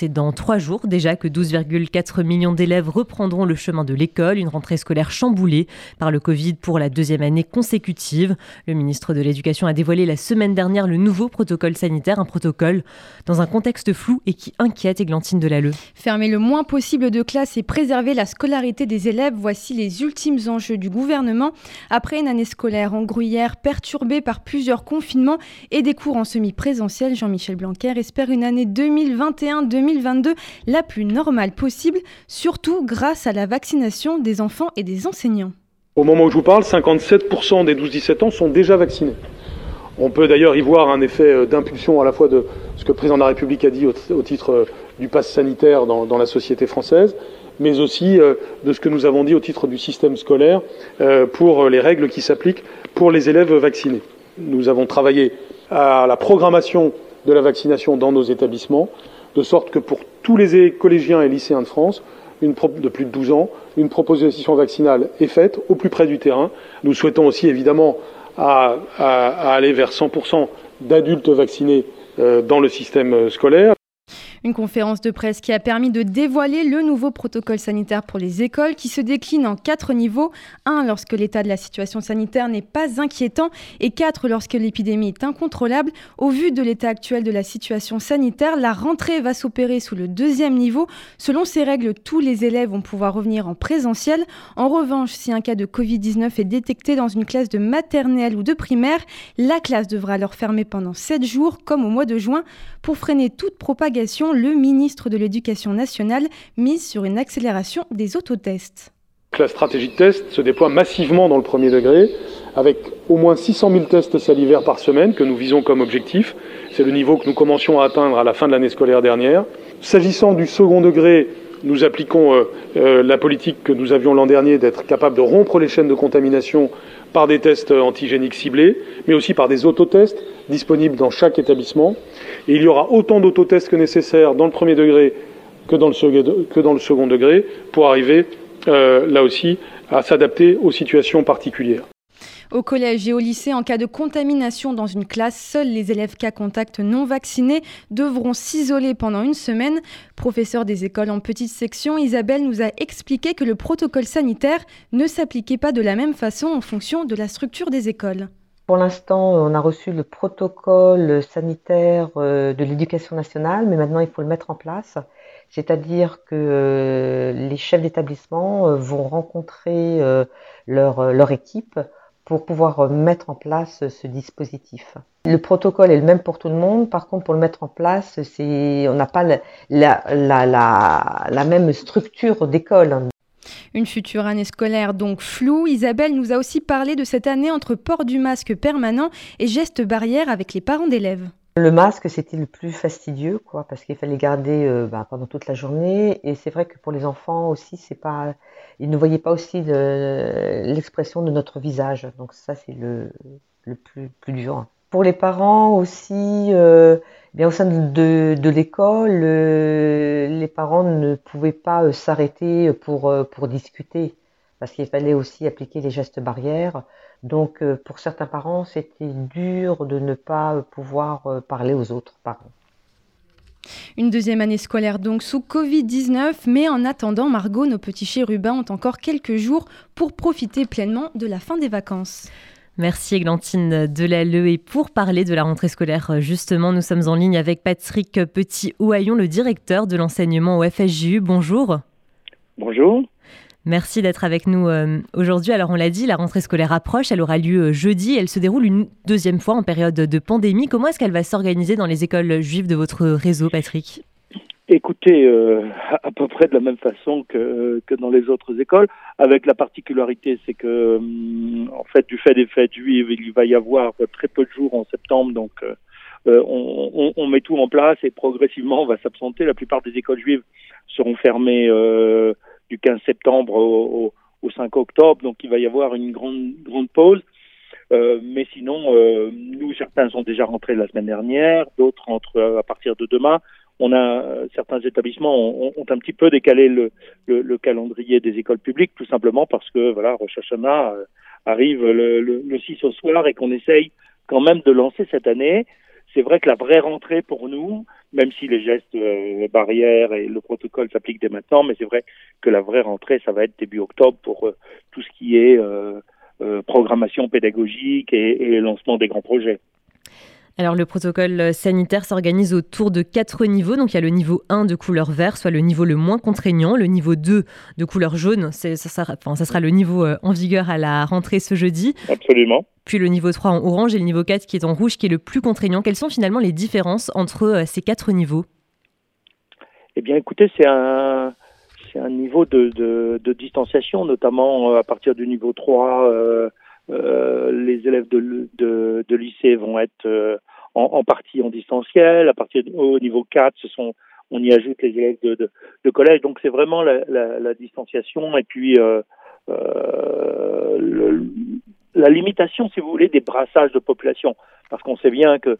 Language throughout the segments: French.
c'est dans 3 jours déjà que 12,4 millions d'élèves reprendront le chemin de l'école. Une rentrée scolaire chamboulée par le Covid pour la 2e année consécutive. Le ministre de l'Éducation a dévoilé la semaine dernière le nouveau protocole sanitaire, un protocole dans un contexte flou et qui inquiète Églantine Delalleux. Fermer le moins possible de classes et préserver la scolarité des élèves, voici les ultimes enjeux du gouvernement. Après une année scolaire en gruyère perturbée par plusieurs confinements et des cours en semi-présentiel, Jean-Michel Blanquer espère une année 2021-2022 la plus normale possible, surtout grâce à la vaccination des enfants et des enseignants. Au moment où je vous parle, 57% des 12-17 ans sont déjà vaccinés. On peut d'ailleurs y voir un effet d'impulsion à la fois de ce que le président de la République a dit au titre du pass sanitaire dans la société française, mais aussi de ce que nous avons dit au titre du système scolaire pour les règles qui s'appliquent pour les élèves vaccinés. Nous avons travaillé à la programmation de la vaccination dans nos établissements, de sorte que pour tous les collégiens et lycéens de France, de plus de 12 ans, une proposition vaccinale est faite au plus près du terrain. Nous souhaitons aussi évidemment à aller vers 100% d'adultes vaccinés dans le système scolaire. Une conférence de presse qui a permis de dévoiler le nouveau protocole sanitaire pour les écoles qui se décline en 4 niveaux. 1, lorsque l'état de la situation sanitaire n'est pas inquiétant et 4, lorsque l'épidémie est incontrôlable. Au vu de l'état actuel de la situation sanitaire, la rentrée va s'opérer sous le 2e niveau. Selon ces règles, tous les élèves vont pouvoir revenir en présentiel. En revanche, si un cas de Covid-19 est détecté dans une classe de maternelle ou de primaire, la classe devra alors fermer pendant 7 jours, comme au mois de juin. Pour freiner toute propagation, le ministre de l'Éducation nationale mise sur une accélération des autotests. La stratégie de test se déploie massivement dans le premier degré, avec au moins 600 000 tests salivaires par semaine que nous visons comme objectif. C'est le niveau que nous commencions à atteindre à la fin de l'année scolaire dernière. S'agissant du second degré, nous appliquons la politique que nous avions l'an dernier d'être capable de rompre les chaînes de contamination par des tests antigéniques ciblés, mais aussi par des autotests disponibles dans chaque établissement. Et il y aura autant d'autotests que nécessaire dans le premier degré que dans le second degré pour arriver, là aussi, à s'adapter aux situations particulières. Au collège et au lycée, en cas de contamination dans une classe, seuls les élèves cas contact non vaccinés devront s'isoler pendant une semaine. Professeure des écoles en petite section, Isabelle nous a expliqué que le protocole sanitaire ne s'appliquait pas de la même façon en fonction de la structure des écoles. Pour l'instant, on a reçu le protocole sanitaire de l'Éducation nationale, mais maintenant il faut le mettre en place. C'est-à-dire que les chefs d'établissement vont rencontrer leur équipe pour pouvoir mettre en place ce dispositif. Le protocole est le même pour tout le monde, par contre pour le mettre en place, on n'a pas la même structure d'école. Une future année scolaire donc floue. Isabelle nous a aussi parlé de cette année entre port du masque permanent et gestes barrières avec les parents d'élèves. Le masque, c'était le plus fastidieux, parce qu'il fallait garder pendant toute la journée. Et c'est vrai que pour les enfants aussi, ils ne voyaient pas aussi l'expression de notre visage. Donc ça, c'est le plus dur. Pour les parents aussi, au sein de l'école, les parents ne pouvaient pas s'arrêter pour discuter, parce qu'il fallait aussi appliquer les gestes barrières. Donc, pour certains parents, c'était dur de ne pas pouvoir parler aux autres parents. Une 2e année scolaire donc sous Covid-19, mais en attendant, Margot, nos petits chérubins ont encore quelques jours pour profiter pleinement de la fin des vacances. Merci Églantine Delalleux. Et pour parler de la rentrée scolaire, justement, nous sommes en ligne avec Patrick Petit-Ouhaillon, le directeur de l'enseignement au FSJU. Bonjour. Bonjour. Merci d'être avec nous aujourd'hui. Alors on l'a dit, la rentrée scolaire approche, elle aura lieu jeudi. Elle se déroule une 2e fois en période de pandémie. Comment est-ce qu'elle va s'organiser dans les écoles juives de votre réseau, Patrick ? Écoutez, à peu près de la même façon que dans les autres écoles, avec la particularité, c'est que en fait, du fait des fêtes juives, il va y avoir très peu de jours en septembre, donc on met tout en place et progressivement on va s'absenter. La plupart des écoles juives seront fermées du 15 septembre au 5 octobre, donc il va y avoir une grande pause. Mais sinon, nous, certains sont déjà rentrés la semaine dernière, d'autres rentrent à partir de demain. On a certains établissements ont un petit peu décalé le calendrier des écoles publiques, tout simplement parce que voilà, Rosh Hashanah arrive le 6 au soir et qu'on essaye quand même de lancer cette année, c'est vrai que la vraie rentrée pour nous, même si les gestes barrières et le protocole s'appliquent dès maintenant, mais c'est vrai que la vraie rentrée, ça va être début octobre pour tout ce qui est programmation pédagogique et lancement des grands projets. Alors le protocole sanitaire s'organise autour de 4 niveaux. Donc il y a le niveau 1 de couleur vert, soit le niveau le moins contraignant. Le niveau 2 de couleur jaune, ça sera le niveau en vigueur à la rentrée ce jeudi. Absolument. Puis le niveau 3 en orange et le niveau 4 qui est en rouge, qui est le plus contraignant. Quelles sont finalement les différences entre ces 4 niveaux ? Eh bien écoutez, c'est un niveau de distanciation, notamment à partir du niveau 3. Les élèves de lycée vont être en partie en distanciel. À partir au niveau 4, on y ajoute les élèves de collège. Donc c'est vraiment la distanciation et puis la limitation, si vous voulez, des brassages de population. Parce qu'on sait bien que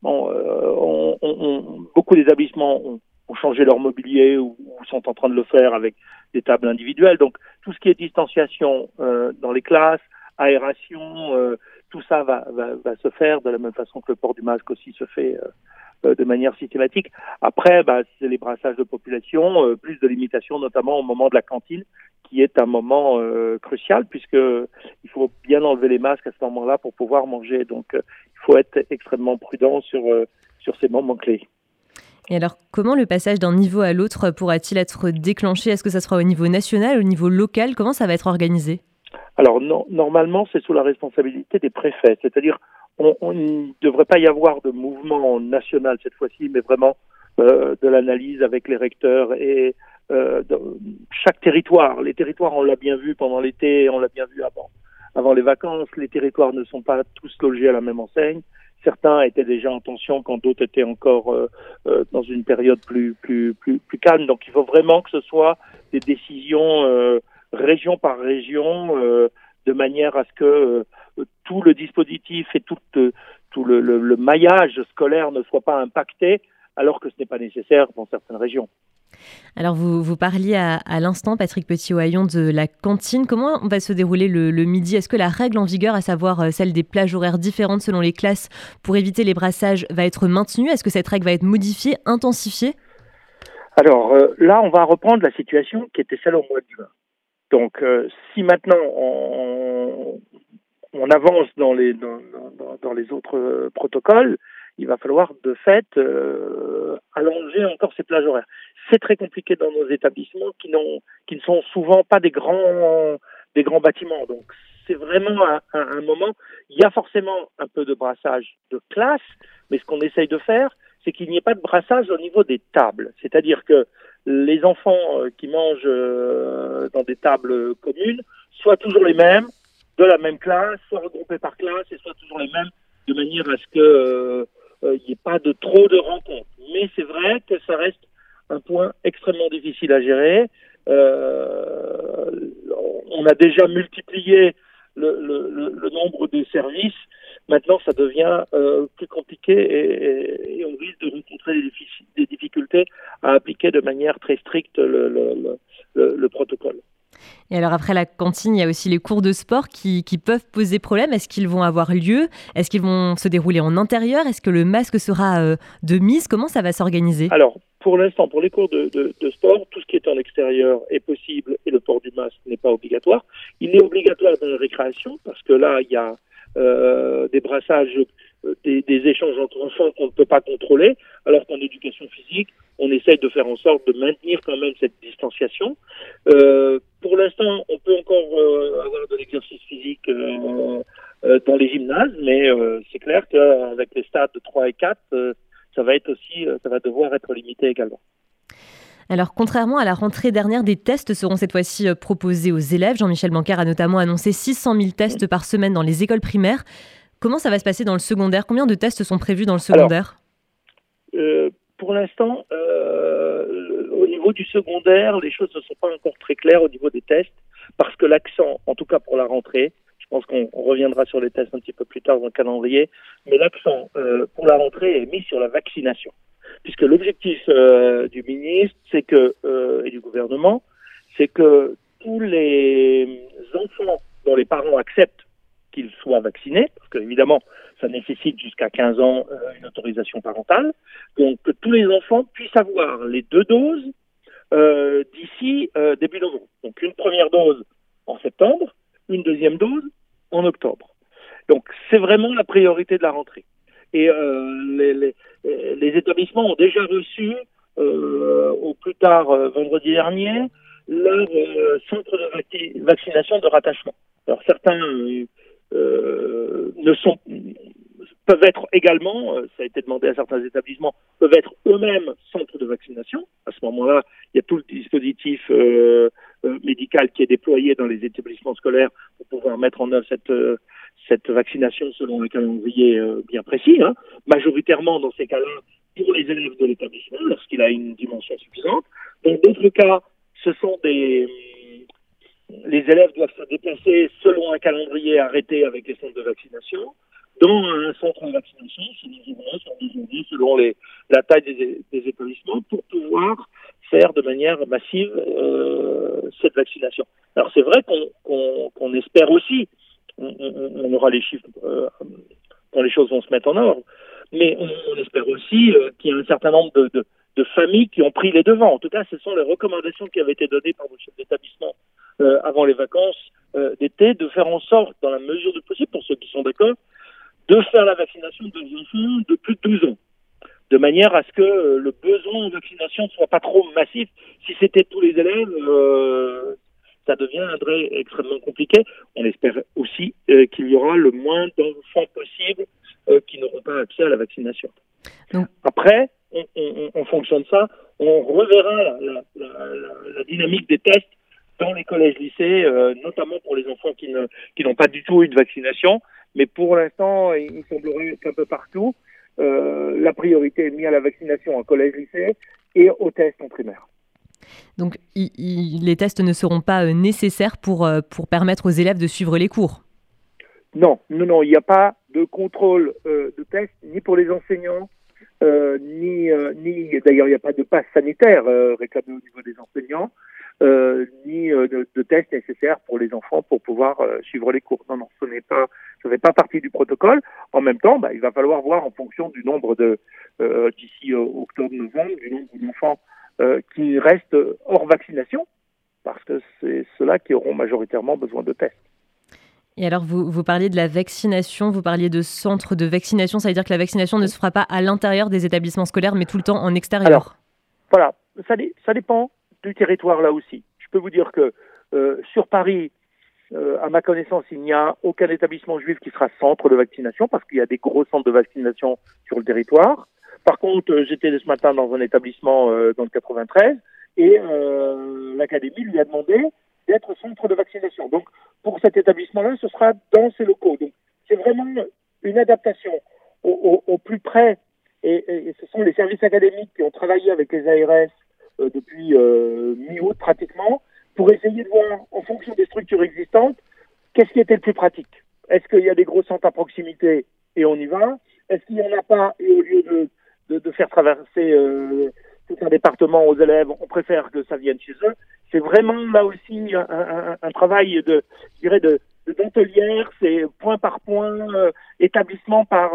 beaucoup d'établissements ont changé leur mobilier ou sont en train de le faire avec des tables individuelles. Donc tout ce qui est distanciation dans les classes, aération, tout ça va se faire de la même façon que le port du masque aussi se fait de manière systématique. Après, c'est les brassages de population, plus de limitation, notamment au moment de la cantine, qui est un moment crucial, puisque il faut bien enlever les masques à ce moment-là pour pouvoir manger. Donc, il faut être extrêmement prudent sur ces moments clés. Et alors, comment le passage d'un niveau à l'autre pourra-t-il être déclenché ? Est-ce que ça sera au niveau national, au niveau local ? Comment ça va être organisé ? Alors, normalement, c'est sous la responsabilité des préfets. C'est-à-dire, on ne devrait pas y avoir de mouvement national cette fois-ci, mais vraiment de l'analyse avec les recteurs et chaque territoire. Les territoires, on l'a bien vu pendant l'été, on l'a bien vu avant les vacances. Les territoires ne sont pas tous logés à la même enseigne. Certains étaient déjà en tension quand d'autres étaient encore dans une période plus calme. Donc, il faut vraiment que ce soit des décisions région par région, de manière à ce que tout le dispositif et tout le maillage scolaire ne soit pas impacté, alors que ce n'est pas nécessaire dans certaines régions. Alors, vous parliez à l'instant, Patrick Petit-Ohaillon, de la cantine. Comment va se dérouler le midi ? Est-ce que la règle en vigueur, à savoir celle des plages horaires différentes selon les classes pour éviter les brassages, va être maintenue ? Est-ce que cette règle va être modifiée, intensifiée ? Alors là, on va reprendre la situation qui était celle au mois de juin. Donc, si maintenant on avance dans les autres protocoles, il va falloir de fait allonger encore ces plages horaires. C'est très compliqué dans nos établissements qui ne sont souvent pas des grands bâtiments. Donc, c'est vraiment un moment. Il y a forcément un peu de brassage de classe, mais ce qu'on essaye de faire, c'est qu'il n'y ait pas de brassage au niveau des tables. C'est-à-dire que les enfants qui mangent dans des tables communes soient toujours les mêmes, de la même classe, soit regroupés par classe et soient toujours les mêmes, de manière à ce que il n'y ait pas de trop de rencontres. Mais c'est vrai que ça reste un point extrêmement difficile à gérer. On a déjà multiplié le nombre de services. Maintenant, ça devient plus compliqué et on risque de rencontrer des difficultés à appliquer de manière très stricte le protocole. Et alors après la cantine, il y a aussi les cours de sport qui peuvent poser problème. Est-ce qu'ils vont avoir lieu ? Est-ce qu'ils vont se dérouler en intérieur ? Est-ce que le masque sera de mise ? Comment ça va s'organiser ? Alors, pour l'instant, pour les cours de sport, tout ce qui est en extérieur est possible et le port du masque n'est pas obligatoire. Il est obligatoire dans la récréation parce que là, il y a des brassages, des échanges entre enfants qu'on ne peut pas contrôler, alors qu'en éducation physique, on essaye de faire en sorte de maintenir quand même cette distanciation. Pour l'instant, on peut encore avoir de l'exercice physique dans les gymnases, mais c'est clair qu'avec les stades de 3 et 4, ça va devoir être limité également. Alors, contrairement à la rentrée dernière, des tests seront cette fois-ci proposés aux élèves. Jean-Michel Blanquer a notamment annoncé 600 000 tests par semaine dans les écoles primaires. Comment ça va se passer dans le secondaire ? Combien de tests sont prévus dans le secondaire ? Alors, pour l'instant, au niveau du secondaire, les choses ne sont pas encore très claires au niveau des tests, parce que l'accent, en tout cas pour la rentrée, je pense qu'on reviendra sur les tests un petit peu plus tard dans le calendrier, mais l'accent pour la rentrée est mis sur la vaccination. Puisque l'objectif du ministre et du gouvernement, c'est que tous les enfants dont les parents acceptent qu'ils soient vaccinés, parce qu'évidemment, ça nécessite jusqu'à 15 ans une autorisation parentale. Donc, que tous les enfants puissent avoir les 2 doses d'ici début novembre. Donc, une première dose en septembre, une deuxième dose en octobre. Donc, c'est vraiment la priorité de la rentrée. Et les établissements ont déjà reçu, au plus tard vendredi dernier, leur centre de vaccination de rattachement. Alors certains peuvent être également, ça a été demandé à certains établissements, peuvent être eux-mêmes centres de vaccination. À ce moment-là, il y a tout le dispositif médical qui est déployé dans les établissements scolaires pour pouvoir mettre en œuvre cette vaccination selon un calendrier bien précis. Majoritairement, dans ces cas-là, pour les élèves de l'établissement, lorsqu'il a une dimension suffisante. Dans d'autres cas, ce sont les élèves doivent se déplacer selon un calendrier arrêté avec les centres de vaccination, dans un centre de vaccination, selon la taille des établissements, pour pouvoir faire de manière massive cette vaccination. Alors c'est vrai qu'on espère aussi, on aura les chiffres quand les choses vont se mettre en ordre, mais on espère aussi qu'il y a un certain nombre de familles qui ont pris les devants. En tout cas, ce sont les recommandations qui avaient été données par le chef d'établissement avant les vacances d'été, de faire en sorte, dans la mesure du possible, pour ceux qui sont d'accord, de faire la vaccination des enfants de plus de 12 ans, de manière à ce que le besoin en vaccination ne soit pas trop massif. Si c'était tous les élèves, ça deviendrait extrêmement compliqué. On espère aussi qu'il y aura le moins d'enfants possible qui n'auront pas accès à la vaccination. Donc, après, en fonction de ça, on reverra la dynamique des tests dans les collèges-lycées, notamment pour les enfants qui n'ont pas du tout eu de vaccination. Mais pour l'instant, il semblerait qu'un peu partout, la priorité est mise à la vaccination en collège-lycée et aux tests en primaire. Donc, les tests ne seront pas nécessaires pour permettre aux élèves de suivre les cours? Non, il n'y a pas de contrôle de tests, ni pour les enseignants, ni d'ailleurs, il n'y a pas de passe sanitaire réclamé au niveau des enseignants, ni de tests nécessaires pour les enfants pour pouvoir suivre les cours. Non, ce n'est pas partie du protocole. En même temps, il va falloir voir en fonction du nombre d'ici octobre-novembre, du nombre d'enfants qui restent hors vaccination, parce que c'est ceux-là qui auront majoritairement besoin de tests. Et alors, vous parliez de la vaccination, vous parliez de centres de vaccination, ça veut dire que la vaccination ne se fera pas à l'intérieur des établissements scolaires, mais tout le temps en extérieur? Alors, voilà, ça dépend du territoire là aussi. Je peux vous dire que sur Paris, à ma connaissance, il n'y a aucun établissement juif qui sera centre de vaccination, parce qu'il y a des gros centres de vaccination sur le territoire. Par contre, j'étais ce matin dans un établissement dans le 93, et l'académie lui a demandé d'être centre de vaccination. Donc, pour cet établissement-là, ce sera dans ses locaux. Donc, c'est vraiment une adaptation au plus près. Et ce sont les services académiques qui ont travaillé avec les ARS depuis mi-août pratiquement, pour essayer de voir, en fonction des structures existantes, qu'est-ce qui était le plus pratique. Est-ce qu'il y a des gros centres à proximité et on y va? Est-ce qu'il n'y en a pas et au lieu de faire traverser tout un département aux élèves, on préfère que ça vienne chez eux? C'est vraiment là aussi un travail de dentelière, c'est point par point, établissement par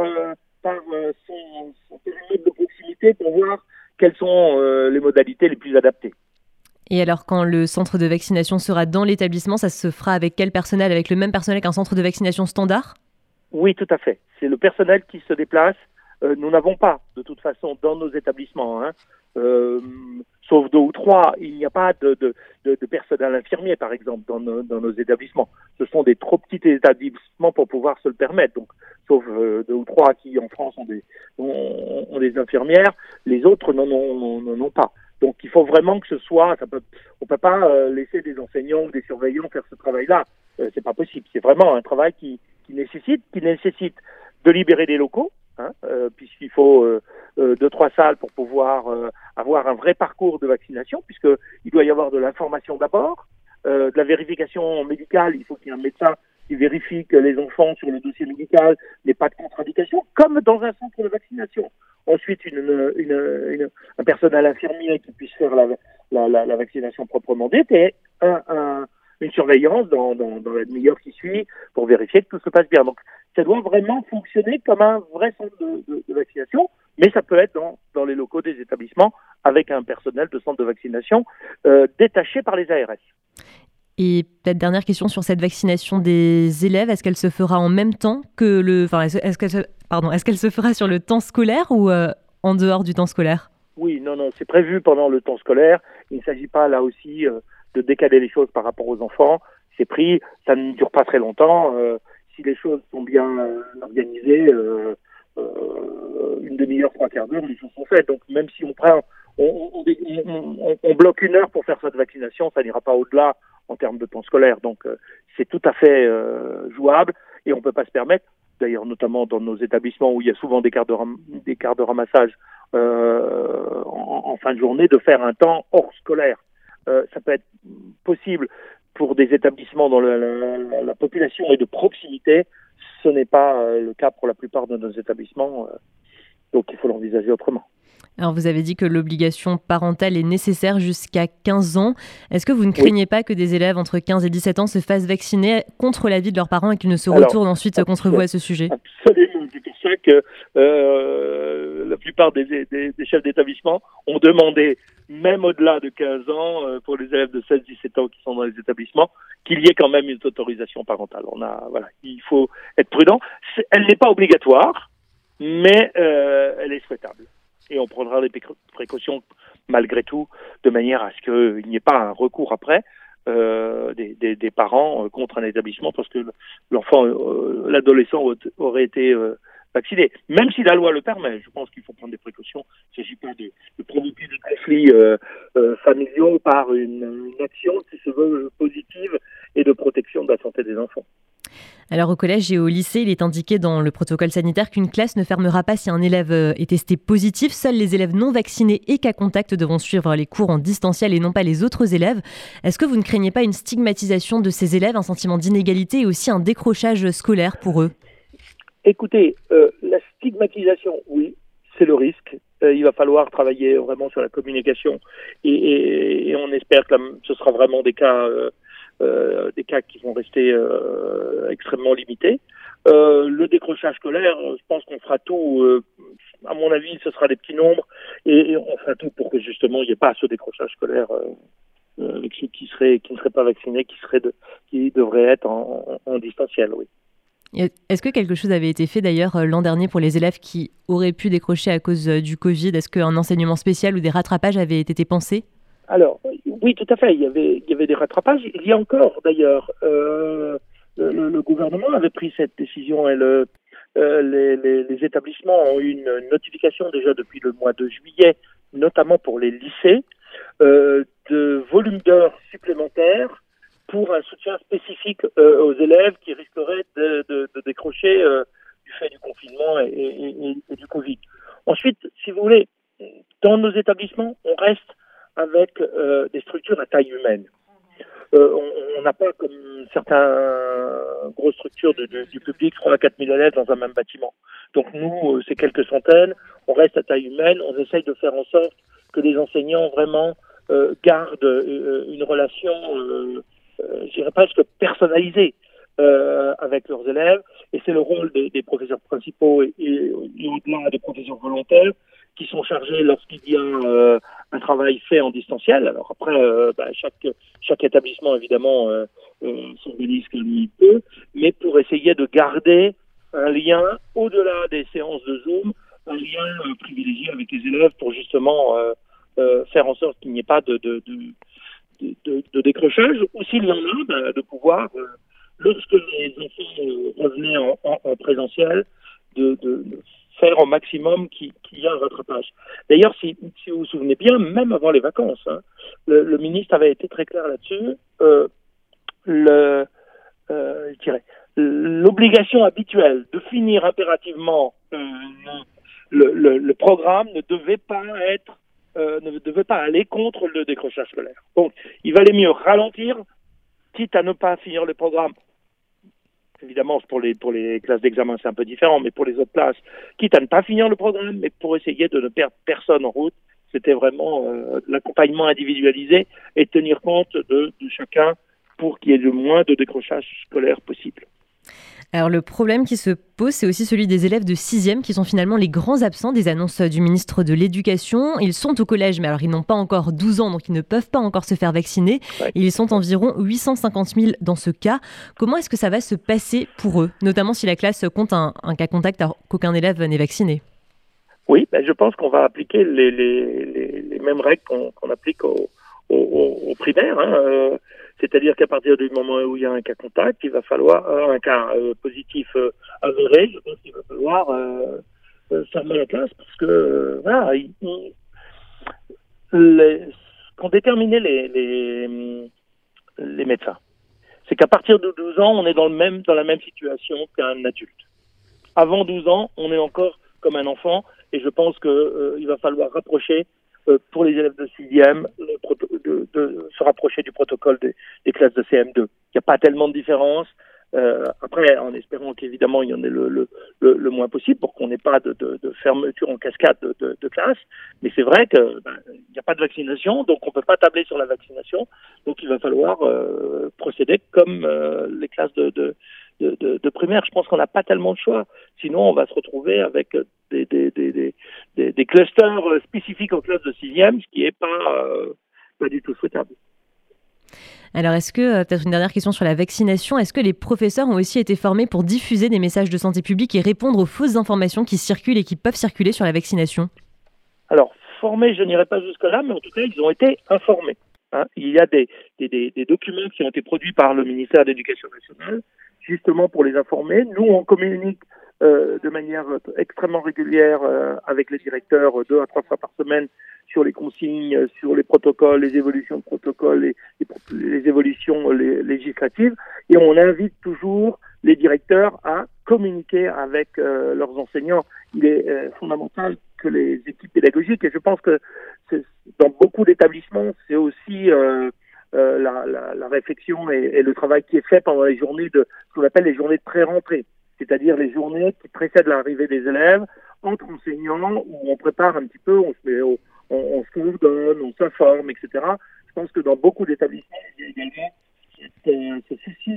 son périmètre de proximité pour voir quelles sont les modalités les plus adaptées. Et alors, quand le centre de vaccination sera dans l'établissement, ça se fera avec quel personnel? Avec le même personnel qu'un centre de vaccination standard? Oui, tout à fait. C'est le personnel qui se déplace. Nous n'avons pas, de toute façon, dans nos établissements, sauf 2 ou 3, il n'y a pas de personnel infirmier, par exemple, dans nos établissements. Ce sont des trop petits établissements pour pouvoir se le permettre. Donc, sauf 2 ou 3 qui, en France, ont des infirmières, les autres n'en ont pas. Donc, il faut vraiment que ce soit... on peut pas laisser des enseignants ou des surveillants faire ce travail-là. C'est pas possible. C'est vraiment un travail qui nécessite de libérer des locaux, puisqu'il faut 2-3 salles pour pouvoir avoir un vrai parcours de vaccination, puisqu'il doit y avoir de l'information d'abord, de la vérification médicale. Il faut qu'il y ait un médecin qui vérifie que les enfants sur le dossier médical n'aient pas de contre-indication, comme dans un centre de vaccination. Ensuite, un personnel infirmier qui puisse faire la vaccination proprement dite, et un une surveillance dans la demi-heure qui suit pour vérifier que tout se passe bien. Donc, ça doit vraiment fonctionner comme un vrai centre de vaccination, mais ça peut être dans les locaux des établissements avec un personnel de centre de vaccination détaché par les ARS. Et peut-être dernière question sur cette vaccination des élèves, est-ce qu'elle se fera en même temps que est-ce qu'elle se fera sur le temps scolaire ou en dehors du temps scolaire? Oui, non, c'est prévu pendant le temps scolaire. Il ne s'agit pas là aussi de décaler les choses par rapport aux enfants. C'est pris, ça ne dure pas très longtemps. Si les choses sont bien organisées, une demi-heure, trois quarts d'heure, les choses sont faites. Donc même si on bloque une heure pour faire cette vaccination, ça n'ira pas au-delà en termes de temps scolaire. Donc c'est tout à fait jouable et on ne peut pas se permettre, d'ailleurs notamment dans nos établissements où il y a souvent des quarts de ramassage en fin de journée, de faire un temps hors scolaire. Ça peut être possible pour des établissements dont la population est de proximité. Ce n'est pas le cas pour la plupart de nos établissements, donc il faut l'envisager autrement. Alors vous avez dit que l'obligation parentale est nécessaire jusqu'à 15 ans. Est-ce que vous ne craignez pas que des élèves entre 15 et 17 ans se fassent vacciner contre l'avis de leurs parents et qu'ils ne se retournent ensuite contre vous à ce sujet? Absolument, c'est pour ça que la plupart des chefs d'établissement ont demandé, même au-delà de 15 ans, pour les élèves de 16-17 ans qui sont dans les établissements, qu'il y ait quand même une autorisation parentale. Il faut être prudent. Elle n'est pas obligatoire, mais elle est souhaitable. Et on prendra des précautions malgré tout, de manière à ce qu'il n'y ait pas un recours après des parents contre un établissement parce que l'enfant, l'adolescent aurait été vacciné. Même si la loi le permet, je pense qu'il faut prendre des précautions. Il ne s'agit pas de provoquer des conflits familiaux par une action qui se veut positive et de protection de la santé des enfants. Alors au collège et au lycée, il est indiqué dans le protocole sanitaire qu'une classe ne fermera pas si un élève est testé positif. Seuls les élèves non vaccinés et cas contact devront suivre les cours en distanciel et non pas les autres élèves. Est-ce que vous ne craignez pas une stigmatisation de ces élèves, un sentiment d'inégalité et aussi un décrochage scolaire pour eux? Écoutez, la stigmatisation, oui, c'est le risque. Il va falloir travailler vraiment sur la communication et on espère que ce sera vraiment des cas qui vont rester extrêmement limités. Le décrochage scolaire, je pense qu'on fera tout. À mon avis, ce sera des petits nombres et on fera tout pour que justement il n'y ait pas ce décrochage scolaire avec ceux qui ne seraient pas vaccinés, qui devraient être en distanciel, oui. Est-ce que quelque chose avait été fait d'ailleurs l'an dernier pour les élèves qui auraient pu décrocher à cause du Covid? Est-ce qu'un enseignement spécial ou des rattrapages avaient été pensés? Alors, oui, tout à fait. Il y avait des rattrapages. Il y a encore, d'ailleurs, le gouvernement avait pris cette décision et les établissements ont eu une notification déjà depuis le mois de juillet, notamment pour les lycées, de volume d'heures supplémentaires pour un soutien spécifique aux élèves qui risqueraient de décrocher du fait du confinement et du Covid. Ensuite, si vous voulez, dans nos établissements, on reste avec des structures à taille humaine. On n'a pas comme certaines grosses structures du public 3 à 4 000 élèves dans un même bâtiment. Donc nous, c'est quelques centaines, on reste à taille humaine, on essaye de faire en sorte que les enseignants vraiment gardent une relation, je dirais presque personnalisée avec leurs élèves, et c'est le rôle des professeurs principaux et au-delà des professeurs volontaires qui sont chargés lorsqu'il y a un travail fait en distanciel. Alors après, chaque établissement, évidemment, s'organise comme il peut, mais pour essayer de garder un lien au-delà des séances de Zoom, un lien privilégié avec les élèves pour justement faire en sorte qu'il n'y ait pas de décrochage, ou s'il y en a, de pouvoir, lorsque les enfants revenaient en présentiel, de faire au maximum qu'il y a un rattrapage. D'ailleurs, si vous vous souvenez bien, même avant les vacances, le ministre avait été très clair là-dessus. Je dirais, l'obligation habituelle de finir impérativement le programme ne devait pas aller contre le décrochage scolaire. Donc, il valait mieux ralentir, quitte à ne pas finir le programme. Évidemment, pour les classes d'examen, c'est un peu différent, mais pour les autres classes, quitte à ne pas finir le programme, mais pour essayer de ne perdre personne en route, c'était vraiment l'accompagnement individualisé et tenir compte de chacun pour qu'il y ait le moins de décrochage scolaire possible. Alors le problème qui se pose, c'est aussi celui des élèves de 6e qui sont finalement les grands absents des annonces du ministre de l'Éducation. Ils sont au collège, mais alors ils n'ont pas encore 12 ans, donc ils ne peuvent pas encore se faire vacciner. Ouais. Ils sont environ 850 000 dans ce cas. Comment est-ce que ça va se passer pour eux, notamment si la classe compte un cas contact alors qu'aucun élève n'est vacciné? Oui, je pense qu'on va appliquer les mêmes règles qu'on applique aux primaires. C'est-à-dire qu'à partir du moment où il y a un cas contact, il va falloir un cas positif avéré. Je pense qu'il va falloir fermer la classe parce que qu'ont déterminé les médecins, c'est qu'à partir de 12 ans, on est dans la même situation qu'un adulte. Avant 12 ans, on est encore comme un enfant, et je pense qu'il va falloir rapprocher pour les élèves de 6e, se rapprocher du protocole des classes de CM2. Il n'y a pas tellement de différence. Après, en espérant qu'évidemment, il y en ait le moins possible pour qu'on n'ait pas de fermeture en cascade de classe. Mais c'est vrai qu'il n'y a pas de vaccination, donc on ne peut pas tabler sur la vaccination. Donc il va falloir procéder comme les classes de primaire. Je pense qu'on n'a pas tellement de choix. Sinon, on va se retrouver avec des clusters spécifiques aux classes de 6e, ce qui n'est pas du tout souhaitable. Alors, est-ce que, peut-être une dernière question sur la vaccination, est-ce que les professeurs ont aussi été formés pour diffuser des messages de santé publique et répondre aux fausses informations qui circulent et qui peuvent circuler sur la vaccination? Alors, formés, je n'irai pas jusque-là, mais en tout cas, ils ont été informés. Il y a des documents qui ont été produits par le ministère de l'Éducation nationale, justement pour les informer. Nous, on communique de manière extrêmement régulière avec les directeurs 2 à 3 fois par semaine sur les consignes, sur les protocoles, les évolutions de protocoles, les évolutions législatives. Et on invite toujours les directeurs à communiquer avec leurs enseignants. Il est fondamental que les équipes pédagogiques, et je pense que dans beaucoup d'établissements, c'est aussi la réflexion et le travail qui est fait pendant les journées ce qu'on appelle les journées de pré-rentrée, c'est-à-dire les journées qui précèdent l'arrivée des élèves entre enseignants, où on prépare un petit peu, on se coordonne, on s'informe, etc. Je pense que dans beaucoup d'établissements, il y a également ce souci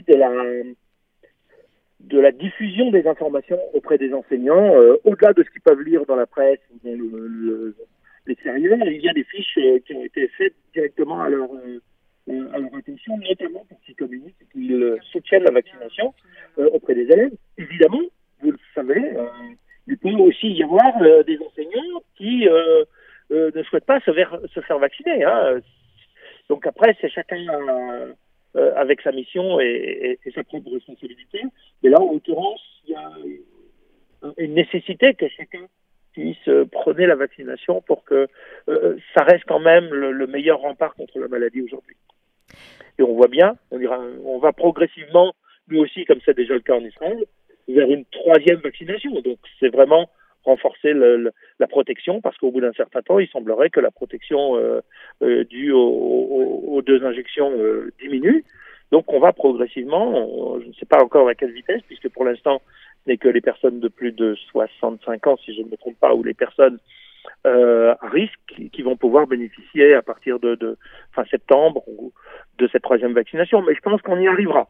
de la diffusion des informations auprès des enseignants, au-delà de ce qu'ils peuvent lire dans la presse ou dans l'extérieur. Il y a des fiches qui ont été faites directement à leur attention, notamment pour qu'ils communiquent et qu'ils soutiennent la vaccination auprès des élèves. Évidemment, vous le savez, il peut aussi y avoir des enseignants qui ne souhaitent pas se faire vacciner. Donc après, c'est chacun avec sa mission et sa propre responsabilité. Mais là, en l'occurrence, il y a une nécessité que chacun puisse prôner la vaccination pour que ça reste quand même le meilleur rempart contre la maladie aujourd'hui. Et on voit bien, on va progressivement, nous aussi, comme c'est déjà le cas en Israël, vers une 3e vaccination. Donc c'est vraiment renforcer la protection, parce qu'au bout d'un certain temps, il semblerait que la protection due aux 2 injections diminue. Donc on va progressivement, je ne sais pas encore à quelle vitesse, puisque pour l'instant, ce n'est que les personnes de plus de 65 ans, si je ne me trompe pas, ou les personnes à risque qui vont pouvoir bénéficier à partir de fin septembre de cette 3e vaccination. Mais je pense qu'on y arrivera.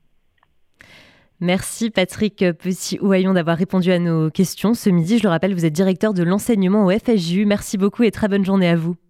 Merci Patrick Petit-Ouhaillon d'avoir répondu à nos questions ce midi. Je le rappelle, vous êtes directeur de l'enseignement au FSJU. Merci beaucoup et très bonne journée à vous.